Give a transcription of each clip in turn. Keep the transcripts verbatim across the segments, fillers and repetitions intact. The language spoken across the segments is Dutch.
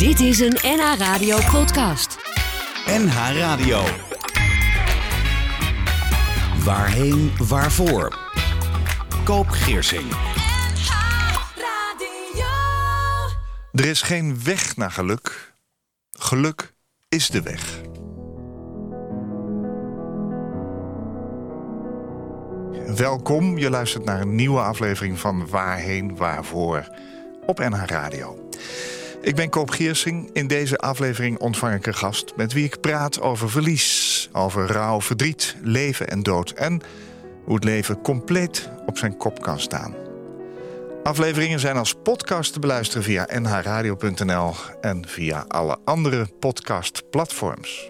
Dit is een N H Radio podcast. N H Radio. Waarheen, waarvoor? Koop Geersing. N H Radio. Er is geen weg naar geluk. Geluk is de weg. Welkom, je luistert naar een nieuwe aflevering van Waarheen, waarvoor op N H Radio. Ik ben Koop Geersing. In deze aflevering ontvang ik een gast met wie ik praat over verlies, over rouw, verdriet, leven en dood en hoe het leven compleet op zijn kop kan staan. Afleveringen zijn als podcast te beluisteren via n h radio punt n l en via alle andere podcastplatforms.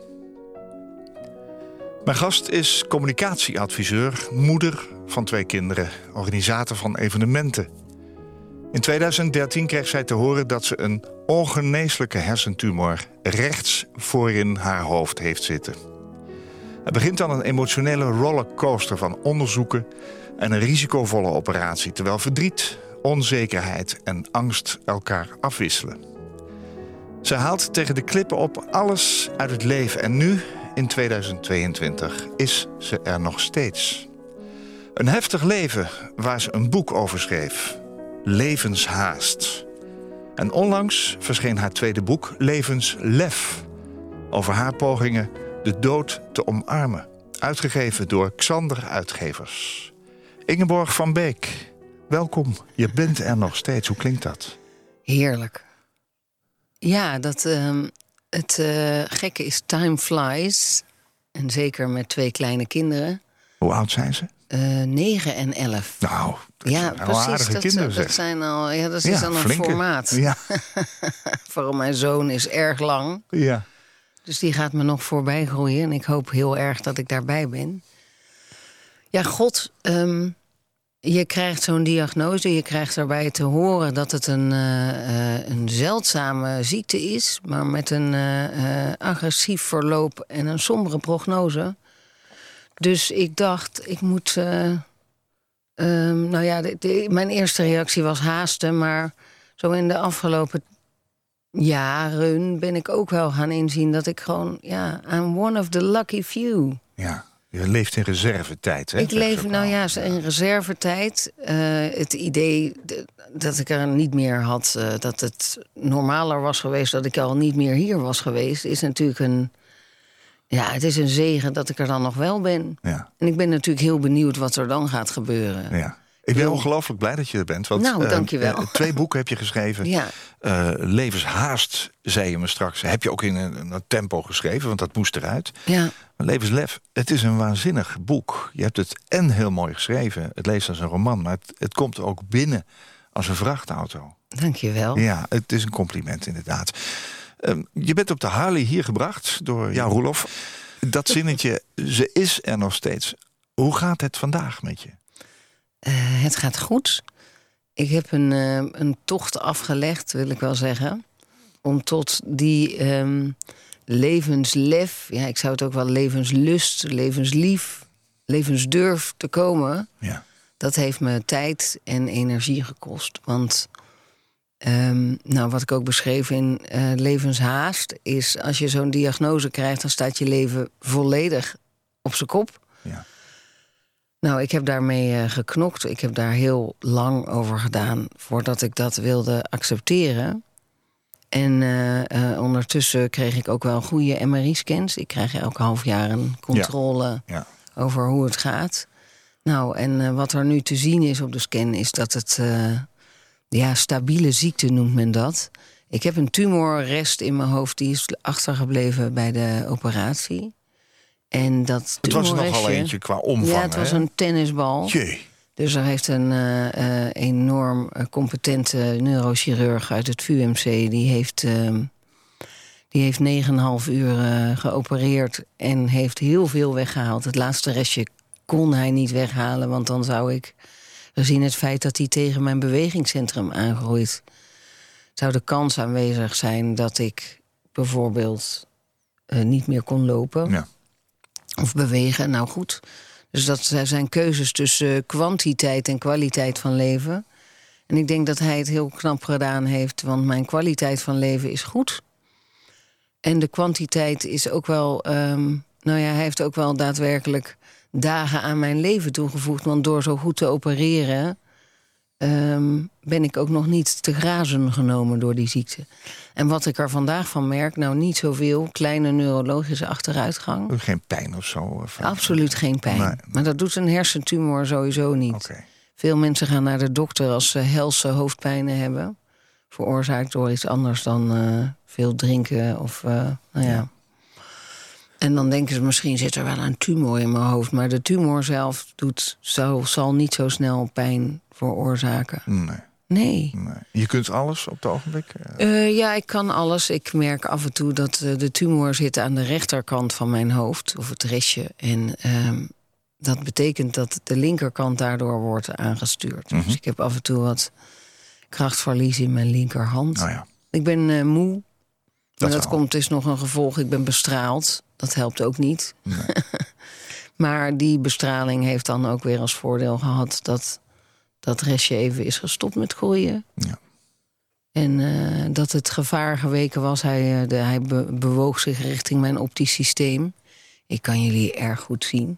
Mijn gast is communicatieadviseur, moeder van twee kinderen, organisator van evenementen. In tweeduizend dertien kreeg zij te horen dat ze een ongeneeslijke hersentumor rechts voorin haar hoofd heeft zitten. Het begint dan een emotionele rollercoaster van onderzoeken en een risicovolle operatie, terwijl verdriet, onzekerheid en angst elkaar afwisselen. Ze haalt tegen de klippen op alles uit het leven en nu, in tweeduizend tweeëntwintig, is ze er nog steeds. Een heftig leven waar ze een boek over schreef. Levenshaast. En onlangs verscheen haar tweede boek, Levenslef, over haar pogingen de dood te omarmen. Uitgegeven door Xander Uitgevers. Ingeborg van Beek, welkom. Je bent er nog steeds. Hoe klinkt dat? Heerlijk. Ja, dat, uh, het uh, gekke is time flies. En zeker met twee kleine kinderen. Hoe oud zijn ze? Uh, negen en elf. Nou, dat ja, zijn wel precies, aardige dat, kinderen, dat zeg. zijn al, ja, dat is Ja, dan een flinke. formaat. Ja. Vooral mijn zoon is erg lang. Ja. Dus die gaat me nog voorbij groeien. En ik hoop heel erg dat ik daarbij ben. Ja, god, um, je krijgt zo'n diagnose. Je krijgt daarbij te horen dat het een, uh, uh, een zeldzame ziekte is. Maar met een uh, uh, agressief verloop en een sombere prognose. Dus ik dacht, ik moet... Uh, um, nou ja, de, de, mijn eerste reactie was haasten. Maar zo in de afgelopen jaren ben ik ook wel gaan inzien dat ik gewoon... ja, I'm one of the lucky few. Ja, je leeft in reservetijd, hè? Ik leef, nou ja, in reservetijd. Uh, het idee d- dat ik er niet meer had... Uh, dat het normaler was geweest, dat ik al niet meer hier was geweest... is natuurlijk een... Ja, het is een zegen dat ik er dan nog wel ben. Ja. En ik ben natuurlijk heel benieuwd wat er dan gaat gebeuren. Ja. Ik ben Heel- ongelooflijk blij dat je er bent. Want, Nou, eh, dank je wel. eh, twee boeken heb je geschreven. Ja. Uh, Levenshaast, zei je me straks. Heb je ook in een, een tempo geschreven, want dat moest eruit. Ja, Maar Levenslef, het is een waanzinnig boek. Je hebt het en heel mooi geschreven. Het leest als een roman, maar het, het komt ook binnen als een vrachtauto. dank je wel. Ja, het is een compliment inderdaad. Um, je bent op de Harley hier gebracht door Jan Roelof. Dat zinnetje, ze is er nog steeds. Hoe gaat het vandaag met je? Uh, het gaat goed. Ik heb een, uh, een tocht afgelegd, wil ik wel zeggen. Om tot die um, levenslef... ja, ik zou het ook wel levenslust, levenslief, levensdurf te komen... Ja. dat heeft me tijd en energie gekost. Want um, nou, wat ik ook beschreef in uh, levenshaast... is als je zo'n diagnose krijgt... dan staat je leven volledig op zijn kop... Ja. Nou, ik heb daarmee uh, geknokt. Ik heb daar heel lang over gedaan voordat ik dat wilde accepteren. En uh, uh, ondertussen kreeg ik ook wel goede M R I-scans. Ik krijg elk half jaar een controle Ja. over hoe het gaat. Nou, en uh, wat er nu te zien is op de scan is dat het... Uh, ja, stabiele ziekte noemt men dat. Ik heb een tumorrest in mijn hoofd, die is achtergebleven bij de operatie... En dat Het was er nogal tumorrestje- eentje qua omvang. Ja, het was hè? een tennisbal. Jee. Dus er heeft een uh, uh, enorm uh, competente neurochirurg uit het V U M C... die heeft, uh, die heeft negen en een half uur uh, geopereerd en heeft heel veel weggehaald. Het laatste restje kon hij niet weghalen, want dan zou ik... gezien het feit dat hij tegen mijn bewegingscentrum aangroeit... zou de kans aanwezig zijn dat ik bijvoorbeeld uh, niet meer kon lopen... Ja. Of bewegen, nou goed. Dus dat zijn keuzes tussen kwantiteit en kwaliteit van leven. En ik denk dat hij het heel knap gedaan heeft, want mijn kwaliteit van leven is goed. En de kwantiteit is ook wel... Um, nou ja, hij heeft ook wel daadwerkelijk dagen aan mijn leven toegevoegd. Want door zo goed te opereren... Um, ben ik ook nog niet te grazen genomen door die ziekte. En wat ik er vandaag van merk, nou niet zoveel. Kleine neurologische achteruitgang. Ook geen pijn of zo? Of, Absoluut geen pijn. Nee, nee. Maar dat doet een hersentumor sowieso niet. Okay. Veel mensen gaan naar de dokter als ze helse hoofdpijnen hebben. Veroorzaakt door iets anders dan uh, veel drinken of... Uh, nou ja. ja. En dan denken ze, misschien zit er wel een tumor in mijn hoofd. Maar de tumor zelf doet, zal, zal niet zo snel pijn veroorzaken. Nee. Nee. nee. Je kunt alles op het ogenblik? Uh, ja, ik kan alles. Ik merk af en toe dat uh, de tumor zit aan de rechterkant van mijn hoofd. Of het restje. En uh, dat betekent dat de linkerkant daardoor wordt aangestuurd. Mm-hmm. Dus ik heb af en toe wat krachtverlies in mijn linkerhand. Oh ja. Ik ben uh, moe. Maar dat, dat komt dus nog een gevolg. Ik ben bestraald. Dat helpt ook niet. Nee. Maar die bestraling heeft dan ook weer als voordeel gehad... dat dat restje even is gestopt met groeien. Ja. En uh, dat het gevaar geweken was. Hij, uh, de, hij be- bewoog zich richting mijn optisch systeem. Ik kan jullie erg goed zien.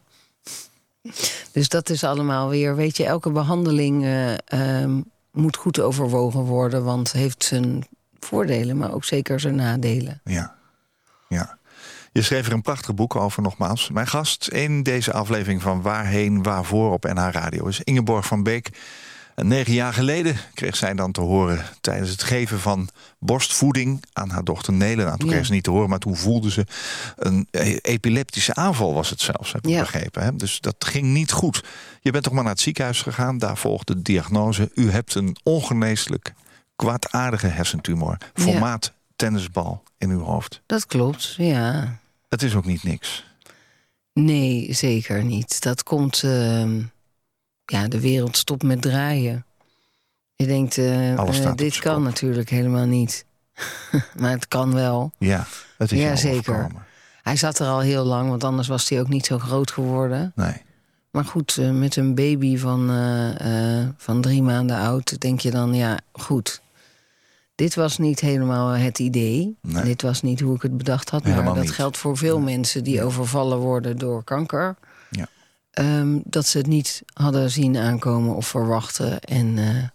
Dus dat is allemaal weer... Weet je, elke behandeling uh, um, moet goed overwogen worden... want het heeft zijn voordelen, maar ook zeker zijn nadelen. Ja, ja. Je schreef er een prachtig boek over, nogmaals. Mijn gast in deze aflevering van Waarheen, Waarvoor op N H Radio is Ingeborg van Beek. En negen jaar geleden kreeg zij dan te horen... tijdens het geven van borstvoeding aan haar dochter Nele. Nou, toen ja. kreeg ze niet te horen, maar toen voelde ze... een epileptische aanval was het zelfs, heb ik ja. begrepen. Hè? Dus dat ging niet goed. Je bent toch maar naar het ziekenhuis gegaan. Daar volgde de diagnose. U hebt een ongeneeslijk kwaadaardige hersentumor. Formaat ja. tennisbal in uw hoofd. Dat klopt, ja. Het is ook niet niks. Nee, zeker niet. Dat komt... Uh, ja, de wereld stopt met draaien. Je denkt, uh, uh, dit kan kop. natuurlijk helemaal niet. Maar het kan wel. Ja, het is ja, zeker. Overkomen. Hij zat er al heel lang, want anders was hij ook niet zo groot geworden. Nee. Maar goed, uh, met een baby van, uh, uh, van drie maanden oud... denk je dan, ja, goed... Dit was niet helemaal het idee. Nee. Dit was niet hoe ik het bedacht had. Maar helemaal dat niet. Geldt voor veel nee. mensen die ja. overvallen worden door kanker. Ja. Um, dat ze het niet hadden zien aankomen of verwachten. En uh,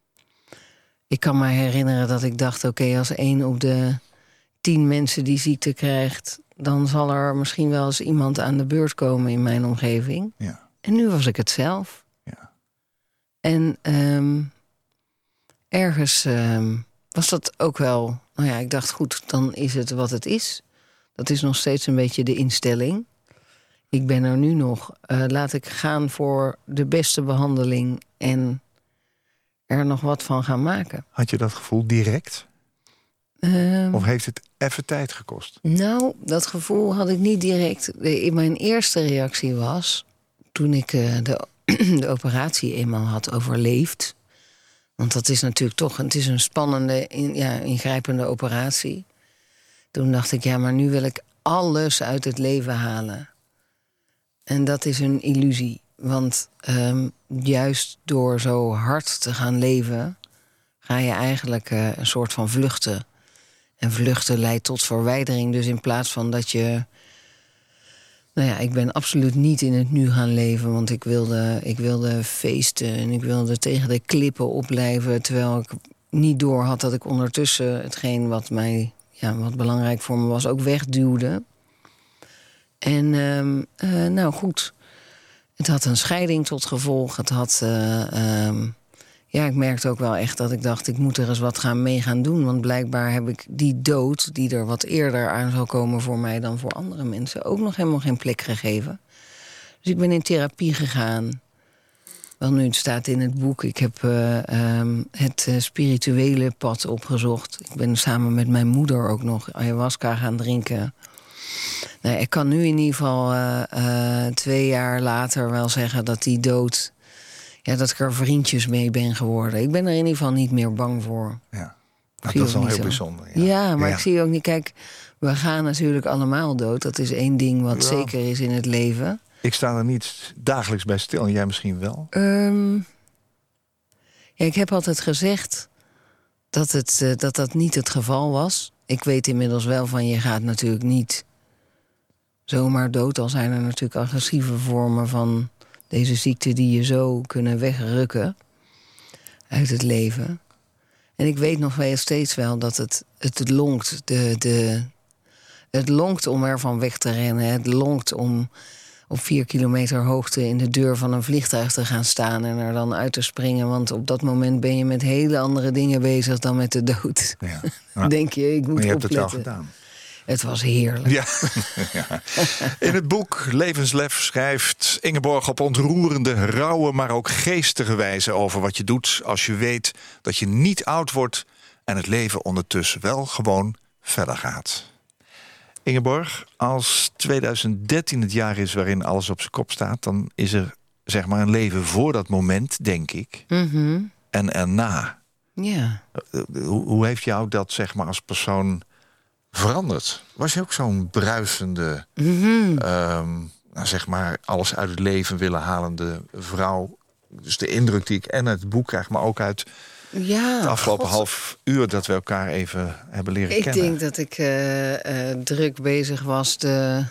ik kan me herinneren dat ik dacht... oké, okay, als één op de tien mensen die ziekte krijgt... dan zal er misschien wel eens iemand aan de beurt komen in mijn omgeving. Ja. En nu was ik het zelf. Ja. En um, ergens... Um, was dat ook wel... Nou ja, ik dacht, goed, dan is het wat het is. Dat is nog steeds een beetje de instelling. Ik ben er nu nog. Uh, laat ik gaan voor de beste behandeling... en er nog wat van gaan maken. Had je dat gevoel direct? Um, of heeft het even tijd gekost? Nou, dat gevoel had ik niet direct. De, mijn eerste reactie was... toen ik uh, de, de operatie eenmaal had overleefd... Want dat is natuurlijk toch, het is een spannende, in, ja, ingrijpende operatie. Toen dacht ik, ja, maar nu wil ik alles uit het leven halen. En dat is een illusie. Want um, juist door zo hard te gaan leven... ga je eigenlijk uh, een soort van vluchten. En vluchten leidt tot verwijdering. Dus in plaats van dat je... Nou ja, ik ben absoluut niet in het nu gaan leven... want ik wilde, ik wilde feesten en ik wilde tegen de klippen opblijven... terwijl ik niet door had dat ik ondertussen hetgeen wat, mij, ja, wat belangrijk voor me was... ook wegduwde. En um, uh, nou goed, het had een scheiding tot gevolg. Het had... Uh, um, ja, ik merkte ook wel echt dat ik dacht... ik moet er eens wat gaan mee gaan doen. Want blijkbaar heb ik die dood... die er wat eerder aan zal komen voor mij dan voor andere mensen... ook nog helemaal geen plek gegeven. Dus ik ben in therapie gegaan. Wel nu, het staat in het boek. Ik heb uh, um, het uh, spirituele pad opgezocht. Ik ben samen met mijn moeder ook nog ayahuasca gaan drinken. Nou, ik kan nu in ieder geval uh, uh, twee jaar later wel zeggen dat die dood... Ja, dat ik er vriendjes mee ben geworden. Ik ben er in ieder geval niet meer bang voor. Ja, nou, dat is wel heel zo. bijzonder. Ja, ja maar ja. ik zie ook niet... Kijk, we gaan natuurlijk allemaal dood. Dat is één ding wat ja. zeker is in het leven. Ik sta er niet dagelijks bij stil. En jij misschien wel? Um, Ja, ik heb altijd gezegd dat, het, uh, dat dat niet het geval was. Ik weet inmiddels wel van, je gaat natuurlijk niet zomaar dood. Al zijn er natuurlijk agressieve vormen van deze ziekte die je zo kunnen wegrukken uit het leven. En ik weet nog wel steeds wel dat het, het, het lonkt. De, de, het lonkt om ervan weg te rennen. Het lonkt om op vier kilometer hoogte in de deur van een vliegtuig te gaan staan en er dan uit te springen. Want op dat moment ben je met hele andere dingen bezig dan met de dood. Ja. Ja. Denk je, ik moet maar je opletten. hebt het wel gedaan. Het was heerlijk. Ja. Ja. In het boek Levenslef schrijft Ingeborg op ontroerende, rauwe, maar ook geestige wijze over wat je doet als je weet dat je niet oud wordt en het leven ondertussen wel gewoon verder gaat. Ingeborg, als tweeduizend dertien het jaar is waarin alles op zijn kop staat, dan is er zeg maar een leven voor dat moment, denk ik, Mm-hmm. en erna. Ja. Hoe, hoe heeft jou dat zeg maar als persoon veranderd? Was je ook zo'n bruisende, Mm-hmm. um, nou zeg maar alles uit het leven willen halende vrouw? Dus de indruk die ik en uit het boek krijg, maar ook uit Ja, het afgelopen God. half uur dat we elkaar even hebben leren Ik kennen. denk dat ik uh, uh, druk bezig was de,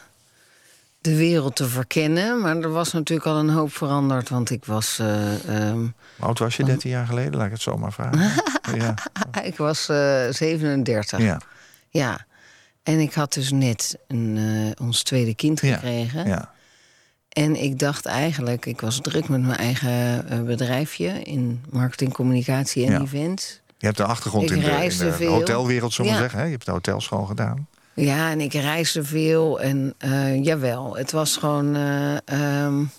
de wereld te verkennen. Maar er was natuurlijk al een hoop veranderd. Want ik was... Uh, um, Hoe oud was je dertien jaar geleden? Laat ik het zo maar vragen. Ja. ik was uh, zevenendertig. Ja. Ja. En ik had dus net een, uh, ons tweede kind Ja. gekregen. Ja. En ik dacht eigenlijk... Ik was druk met mijn eigen uh, bedrijfje... in marketing, communicatie en Ja. events. Je hebt een achtergrond Ik in de, in reisde de veel. hotelwereld, zullen we Ja. zeggen. Hè? Je hebt de hotels gewoon gedaan. Ja, en ik reisde veel. En uh, jawel, het was gewoon... Uh, um,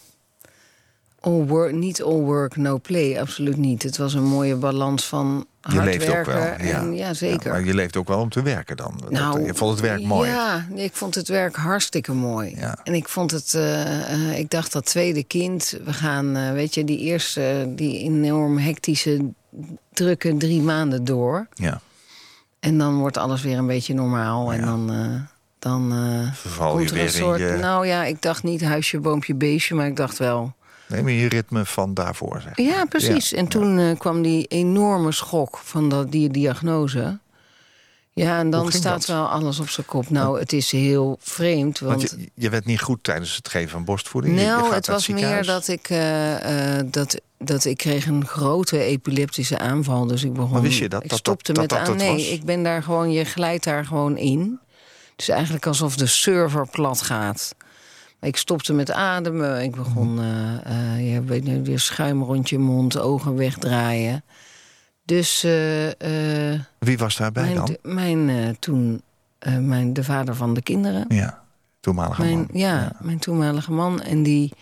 all work, niet all work, no play. Absoluut niet. Het was een mooie balans van Je hard leeft ook werken. wel. Ja. En, ja, zeker. Ja, maar je leeft ook wel om te werken dan. Dat- Nou, je vond het werk mooi. Ja, nee, ik vond het werk hartstikke mooi. Ja. En ik vond het, uh, uh, ik dacht dat tweede kind, we gaan, uh, weet je, die eerste, die enorm hectische, drukke drie maanden door. Ja. En dan wordt alles weer een beetje normaal. Ja. En dan, uh, dan uh, Verval komt je er een weer soort, in je... nou ja, ik dacht niet huisje, boompje, beestje, maar ik dacht wel... Neem je je ritme van daarvoor, zeg. Ja, precies. Ja. En toen uh, kwam die enorme schok van dat, die diagnose. Ja, en dan Hoe ging staat dat? wel alles op zijn kop. Nou, het is heel vreemd, want... Want je, je werd niet goed tijdens het geven van borstvoeding. Je- je Nou, gaat het naar was meer ziekenhuis. dat ik, uh, uh, dat, dat ik kreeg een grote epileptische aanval. Dus ik begon... Maar wist je dat? Ik Dat- stopte dat- met dat aan. dat Nee, was? ik ben daar gewoon... Je glijdt daar gewoon in. Dus eigenlijk alsof de server plat gaat. Maar ik stopte met ademen. Ik begon... Uh, uh, je weet nu weer schuim rond je mond, ogen wegdraaien. Dus... Uh, uh, Wie was daarbij mijn, dan? de- mijn uh, toen... Uh, mijn, de vader van de kinderen. Ja, toenmalige Mijn, man. ja, Ja. mijn toenmalige man. En die,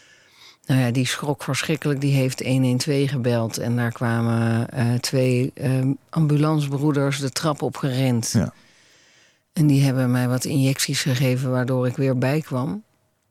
nou ja, die schrok verschrikkelijk. Die heeft honderdtwaalf gebeld. En daar kwamen uh, twee uh, ambulancebroeders de trap op gerend. Ja. En die hebben mij wat injecties gegeven, waardoor ik weer bijkwam.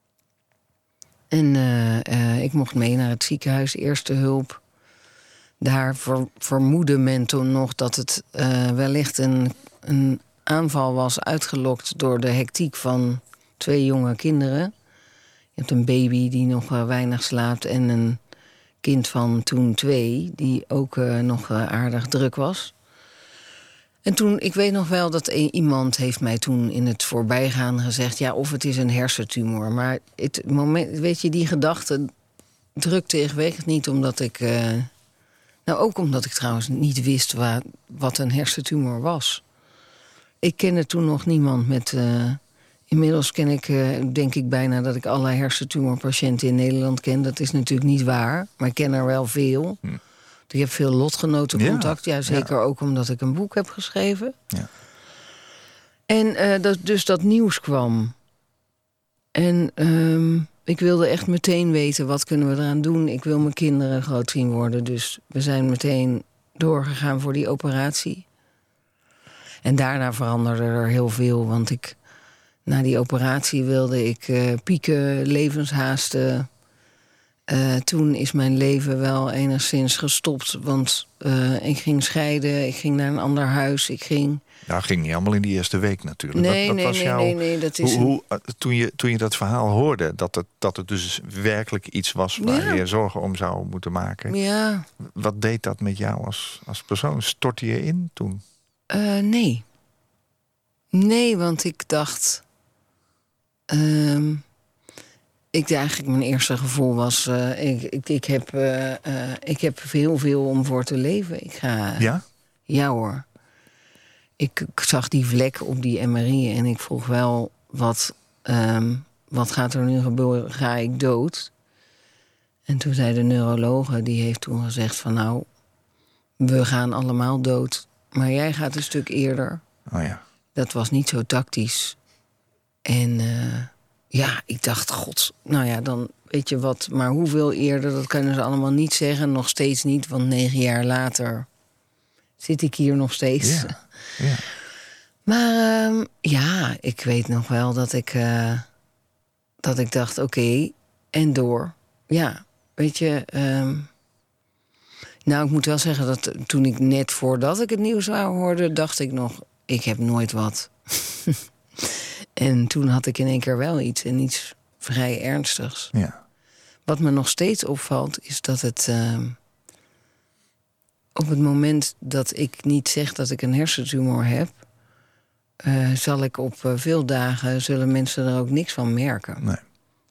En uh, uh, ik mocht mee naar het ziekenhuis, eerste hulp. Daar ver, vermoedde men toen nog dat het uh, wellicht een, een aanval was uitgelokt door de hectiek van twee jonge kinderen. Je hebt een baby die nog uh, weinig slaapt en een kind van toen twee, die ook uh, nog uh, aardig druk was. En toen, ik weet nog wel dat een, iemand heeft mij toen in het voorbijgaan gezegd... ja, of het is een hersentumor. Maar het moment, weet je, die gedachte drukte ik weg. Niet omdat ik... Uh, nou, ook omdat ik trouwens niet wist waar, wat een hersentumor was. Ik kende toen nog niemand met... Uh, inmiddels ken ik, uh, denk ik bijna dat ik alle hersentumorpatiënten in Nederland ken. Dat is natuurlijk niet waar, maar ik ken er wel veel... Hm. Ik heb veel lotgenotencontact. Ja, ja, zeker ja. Ook omdat ik een boek heb geschreven. Ja. En uh, dat, dus dat nieuws kwam. En um, ik wilde echt meteen weten, wat kunnen we eraan doen? Ik wil mijn kinderen groot zien worden. Dus we zijn meteen doorgegaan voor die operatie. En daarna veranderde er heel veel. Want ik, na die operatie wilde ik uh, pieken, levenshaasten... Uh, toen is mijn leven wel enigszins gestopt. Want uh, ik ging scheiden, ik ging naar een ander huis, ik ging... Nou, ging niet allemaal in die eerste week natuurlijk. Nee, dat, dat nee, was nee, jouw, nee, nee, dat is... Hoe, hoe, uh, toen, je, toen je dat verhaal hoorde, dat het, dat het dus werkelijk iets was... waar Ja. je zorgen om zou moeten maken. Ja. Wat deed dat met jou als, als persoon? Stortte je in toen? Uh, nee. Nee, want ik dacht... Um, ik eigenlijk mijn eerste gevoel was... Uh, ik, ik, ik, heb, uh, uh, ik heb heel veel om voor te leven. Ik ga... Ja? Ja hoor. Ik, ik zag die vlek op die M R I en ik vroeg wel... wat, um, wat gaat er nu gebeuren? Ga ik dood? En toen zei de neurologe, die heeft toen gezegd van... nou, we gaan allemaal dood. Maar jij gaat een stuk eerder. Oh ja. Dat was niet zo tactisch. En uh, ja, ik dacht, god, nou ja, dan weet je wat... maar hoeveel eerder, dat kunnen ze allemaal niet zeggen. Nog steeds niet, want negen jaar later zit ik hier nog steeds. Ja, ja. Maar uh, ja, ik weet nog wel dat ik, uh, dat ik dacht, oké, okay, en door. Ja, weet je... Um, nou, ik moet wel zeggen dat toen ik net voordat ik het nieuws wou hoorde... dacht ik nog, ik heb nooit wat. En toen had ik in één keer wel iets en iets vrij ernstigs. Ja. Wat me nog steeds opvalt, is dat het... Uh, op het moment dat ik niet zeg dat ik een hersentumor heb... Uh, zal ik op uh, veel dagen, zullen mensen er ook niks van merken. Nee.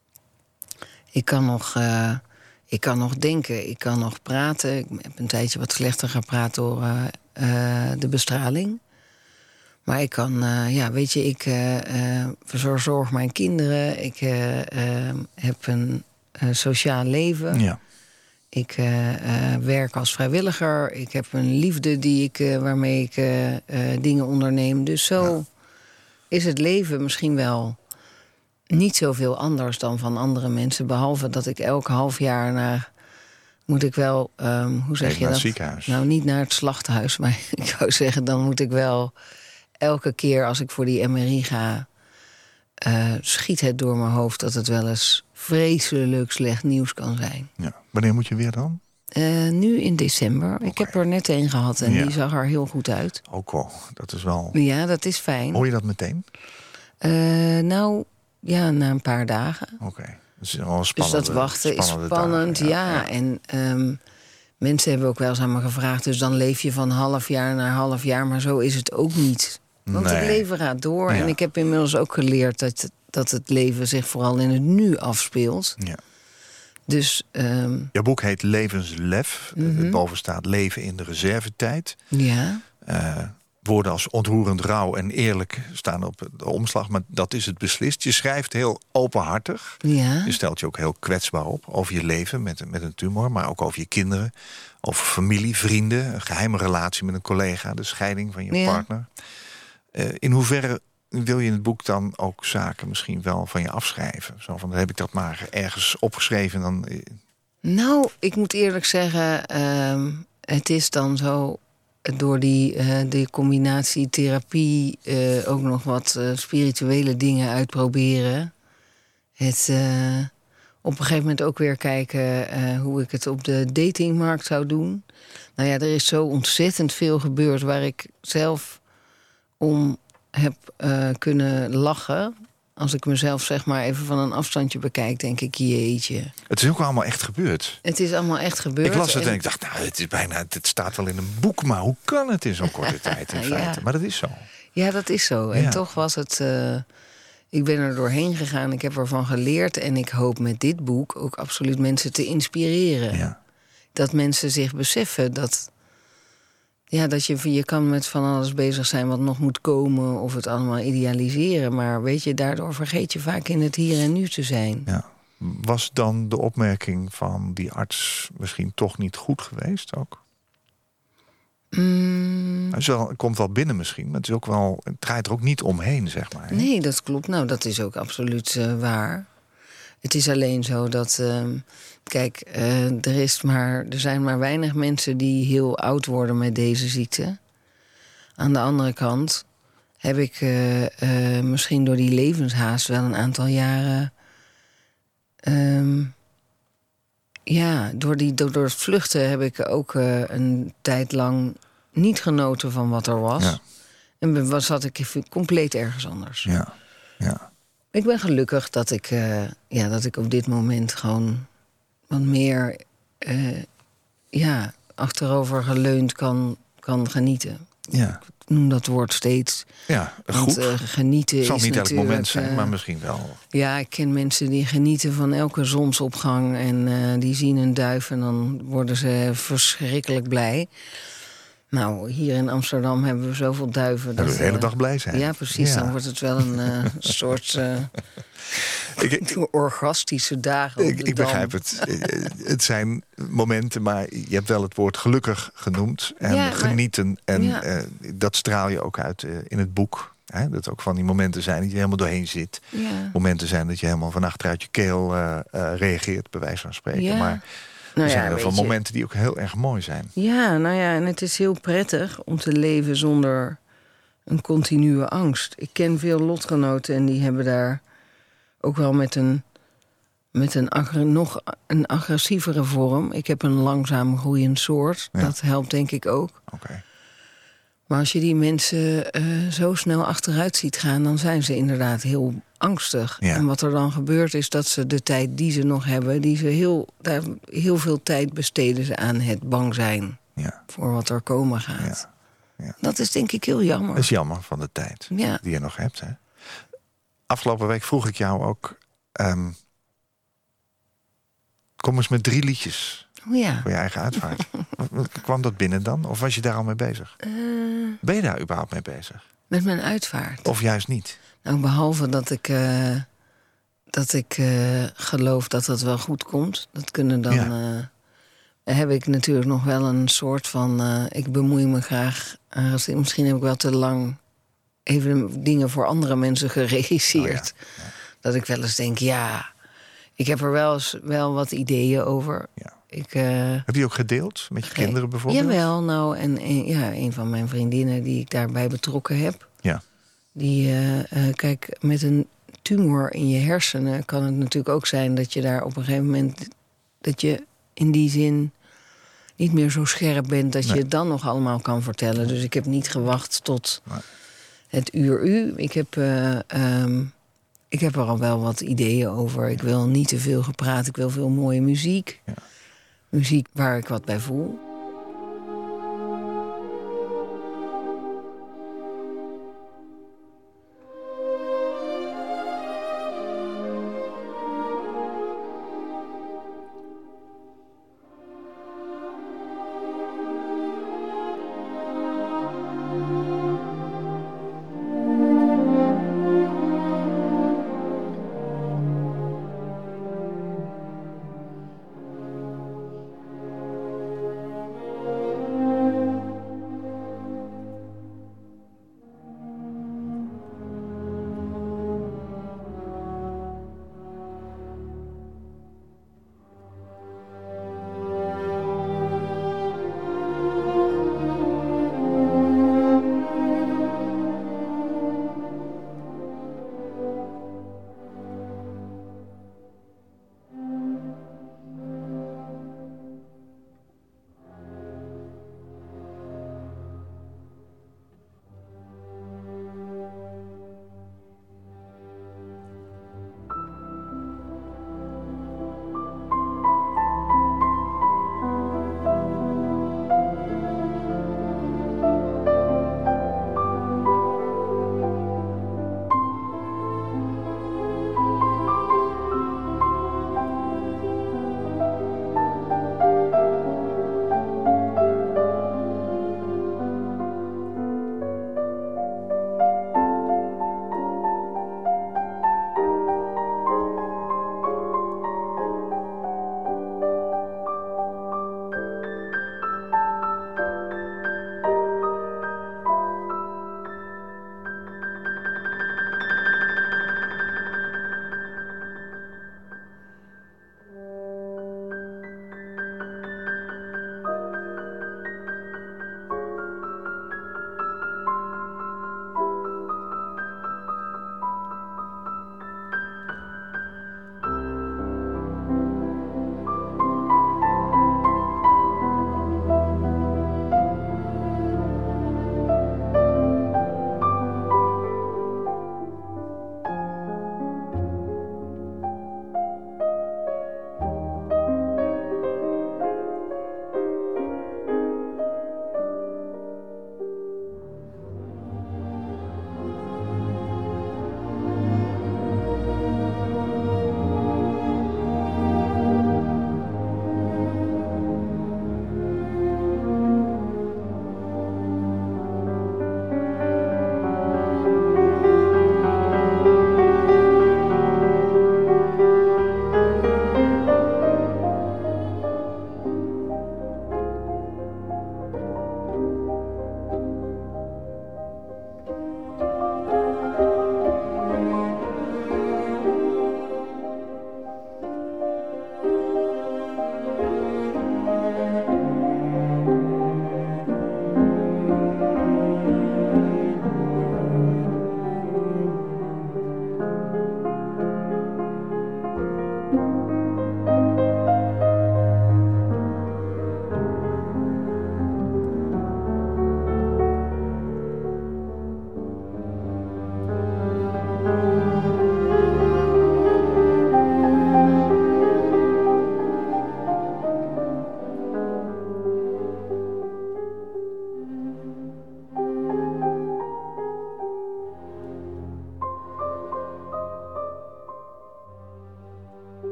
Ik kan nog... Uh, Ik kan nog denken, ik kan nog praten. Ik heb een tijdje wat slechter gepraat door uh, uh, de bestraling. Maar ik kan, uh, ja, weet je, ik uh, uh, verzorg mijn kinderen. Ik uh, uh, heb een uh, sociaal leven. Ja. Ik uh, uh, werk als vrijwilliger. Ik heb een liefde die ik, uh, waarmee ik uh, uh, dingen onderneem. Dus zo ja. is het leven misschien wel... niet zoveel anders dan van andere mensen. Behalve dat ik elk half jaar naar... moet ik wel, um, hoe zeg Even je naar dat? Het ziekenhuis. Nou, niet naar het slachthuis. Maar ik wou zeggen, dan moet ik wel... elke keer als ik voor die M R I ga... Uh, schiet het door mijn hoofd dat het wel eens vreselijk slecht nieuws kan zijn. Ja. Wanneer moet je weer dan? Uh, nu in december. Okay. Ik heb er net een gehad en ja. die zag er heel goed uit. Ook al, dat is wel... Ja, dat is fijn. Hoor je dat meteen? Uh, nou... Ja, na een paar dagen. Oké, okay. Dus, dus dat wachten is spannend, dagen, ja. ja. ja. En um, mensen hebben ook wel eens aan me gevraagd... dus dan leef je van half jaar naar half jaar, maar zo is het ook niet. Want nee. het leven gaat door. Ja. En ik heb inmiddels ook geleerd dat, dat het leven zich vooral in het nu afspeelt. Ja. Dus... Um, Jouw boek heet Levenslef. Mm-hmm. Boven staat Leven in de reservetijd. Ja. Uh, Woorden als ontroerend, rauw en eerlijk staan op de omslag. Maar dat is het beslist. Je schrijft heel openhartig. Ja. Je stelt je ook heel kwetsbaar op. Over je leven met, met een tumor. Maar ook over je kinderen. Over familie, vrienden. Een geheime relatie met een collega. De scheiding van je ja. partner. Uh, in hoeverre wil je in het boek dan ook zaken misschien wel van je afschrijven? Zo van, dan heb ik dat maar ergens opgeschreven. Dan... Nou, ik moet eerlijk zeggen... Uh, het is dan zo... door die, uh, die combinatie therapie uh, ook nog wat uh, spirituele dingen uitproberen. Het uh, op een gegeven moment ook weer kijken uh, hoe ik het op de datingmarkt zou doen. Nou ja, er is zo ontzettend veel gebeurd waar ik zelf om heb uh, kunnen lachen. Als ik mezelf zeg maar even van een afstandje bekijk, denk ik, jeetje. Het is ook allemaal echt gebeurd. Het is allemaal echt gebeurd. Ik las het en, en ik dacht, nou, het is bijna, het staat wel in een boek, maar hoe kan het in zo'n korte tijd in feite? Ja. Maar dat is zo. Ja, dat is zo. En ja. toch was het... Uh, ik ben er doorheen gegaan, ik heb ervan geleerd... en ik hoop met dit boek ook absoluut mensen te inspireren. Ja. Dat mensen zich beseffen dat... Ja, dat je, je kan met van alles bezig zijn wat nog moet komen... of het allemaal idealiseren. Maar weet je, daardoor vergeet je vaak in het hier en nu te zijn. Ja. Was dan de opmerking van die arts misschien toch niet goed geweest ook? Mm. Het wel, komt wel binnen misschien, maar het, is ook wel, het draait er ook niet omheen, zeg maar. Hè? Nee, dat klopt. Nou, dat is ook absoluut uh, waar. Het is alleen zo dat... Uh, kijk, uh, er, is maar, er zijn maar weinig mensen die heel oud worden met deze ziekte. Aan de andere kant heb ik uh, uh, misschien door die levenshaast wel een aantal jaren... Um, ja, door, die, door, door het vluchten heb ik ook uh, een tijd lang niet genoten van wat er was. Ja. En ben- was, zat ik compleet ergens anders. Ja, ja. Ik ben gelukkig dat ik, uh, ja, dat ik op dit moment gewoon wat meer uh, ja, achterover geleund kan, kan genieten. Ja, Ik noem dat woord steeds. ja Want goed. uh, genieten Het zal is niet elk natuurlijk... moment zijn, uh, maar misschien wel. Ja, ik ken mensen die genieten van elke zonsopgang. En uh, die zien een duif en dan worden ze verschrikkelijk blij. Nou, hier in Amsterdam hebben we zoveel duiven. Dat we de hele uh, dag blij zijn. Ja, precies. Ja. Dan wordt het wel een uh, soort uh, Ik, ik, orgastische dagen op ik, de ik Dam. begrijp het. Het zijn momenten, maar je hebt wel het woord gelukkig genoemd. En Ja, maar- genieten. En Ja. eh, dat straal je ook uit eh, in het boek. Hè? Dat ook van die momenten zijn dat je helemaal doorheen zit. Ja. Momenten zijn dat je helemaal van achteruit je keel uh, uh, reageert, bij wijze van spreken. Ja. Maar Nou er ja, zijn er weet van je- momenten die ook heel erg mooi zijn. Ja, nou ja, en het is heel prettig om te leven zonder een continue angst. Ik ken veel lotgenoten en die hebben daar ook wel met een, met een aggre- nog een agressievere vorm. Ik heb een langzaam groeiend soort. Ja. Dat helpt denk ik ook. Oké. Maar als je die mensen uh, zo snel achteruit ziet gaan, dan zijn ze inderdaad heel angstig. Ja. En wat er dan gebeurt is dat ze de tijd die ze nog hebben, die ze heel, daar, heel veel tijd besteden ze aan het bang zijn Ja. voor wat er komen gaat. Ja. Ja. Dat is denk ik heel jammer. Dat is jammer van de tijd Ja. die je nog hebt. Hè? Afgelopen week vroeg ik jou ook... Um, kom eens met drie liedjes Oh ja. voor je eigen uitvaart. Kwam dat binnen dan? Of was je daar al mee bezig? Uh, Ben je daar überhaupt mee bezig? met mijn uitvaart. Of juist niet? Nou, behalve dat ik, uh, dat ik uh, geloof dat dat wel goed komt. Dat kunnen dan... Ja. Uh, heb ik natuurlijk nog wel een soort van... Uh, ik bemoei me graag... Uh, misschien heb ik wel te lang even dingen voor andere mensen geregisseerd. Oh ja. Ja. Dat ik wel eens denk, ja... Ik heb er wel eens wel wat ideeën over. Ja. Ik, uh, Heb je ook gedeeld met je kinderen bijvoorbeeld? Jawel, nou, en een, ja, een van mijn vriendinnen die ik daarbij betrokken heb... Ja. Die, uh, uh, kijk, met een tumor in je hersenen kan het natuurlijk ook zijn dat je daar op een gegeven moment... dat je in die zin niet meer zo scherp bent dat Nee. je het dan nog allemaal kan vertellen. Dus ik heb niet gewacht tot Nee. het uur u. Ik heb, uh, um, ik heb er al wel wat ideeën over. Ik wil niet te veel gepraat, ik wil veel mooie muziek. Ja. Muziek waar ik wat bij voel.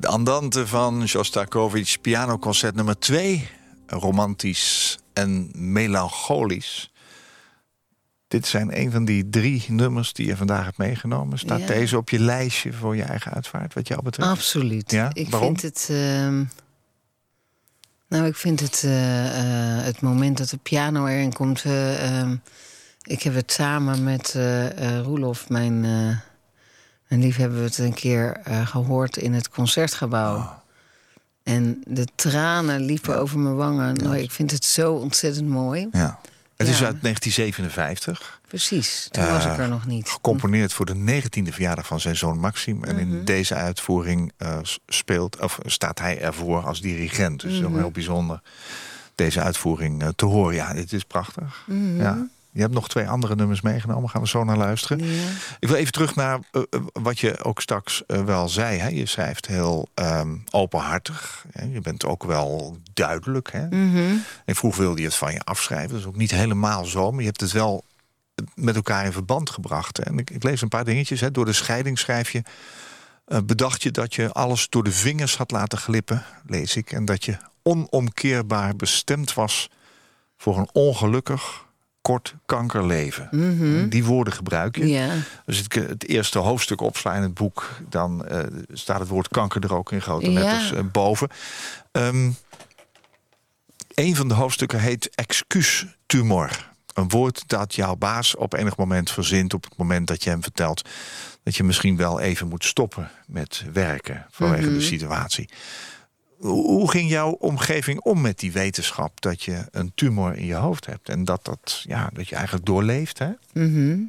Andante van Shostakovich, pianoconcert nummer twee. Romantisch en melancholisch. Dit zijn een van die drie nummers die je vandaag hebt meegenomen. Staat Ja. deze op je lijstje voor je eigen uitvaart, wat jou betreft? Absoluut. Ja? Ik Waarom? vind het... uh, nou, ik vind het... Uh, uh, het moment dat de piano erin komt... Uh, uh, ik heb het samen met uh, uh, Roelof, mijn... Uh, mijn lief, hebben we het een keer uh, gehoord in het Concertgebouw. Oh. En de tranen liepen Ja. over mijn wangen. Ja. Nou, ik vind het zo ontzettend mooi. Ja. Het Ja. is uit negentien zevenenvijftig. Precies, toen Uh, was ik er nog niet. Gecomponeerd voor de negentiende verjaardag van zijn zoon Maxim. En in Mhm. deze uitvoering uh, speelt, of staat hij ervoor als dirigent. Dus mm Mhm. heel bijzonder deze uitvoering uh, te horen. Ja, dit is prachtig. Mhm. Ja. Je hebt nog twee andere nummers meegenomen. Gaan we zo naar luisteren. Ja. Ik wil even terug naar uh, uh, wat je ook straks uh, wel zei. Hè? Je schrijft heel um, openhartig. Hè? Je bent ook wel duidelijk. Hè? Mhm. En vroeg wilde je het van je afschrijven. Dat is ook niet helemaal zo. Maar je hebt het wel met elkaar in verband gebracht. Hè? En ik, ik lees een paar dingetjes. Hè? Door de scheiding schrijf je... Uh, bedacht je dat je alles door de vingers had laten glippen, lees ik. En dat je onomkeerbaar bestemd was voor een ongelukkig... kort kankerleven. Mhm. Die woorden gebruik je. Ja. Als ik het eerste hoofdstuk opsla in het boek... dan uh, staat het woord kanker er ook in grote Ja. letters uh, boven. Um, een van de hoofdstukken heet excuustumor. Een woord dat jouw baas op enig moment verzint... op het moment dat je hem vertelt... dat je misschien wel even moet stoppen met werken... vanwege Mhm. de situatie. Hoe ging jouw omgeving om met die wetenschap... dat je een tumor in je hoofd hebt? En dat, dat, ja, dat je eigenlijk doorleeft, hè? Mhm.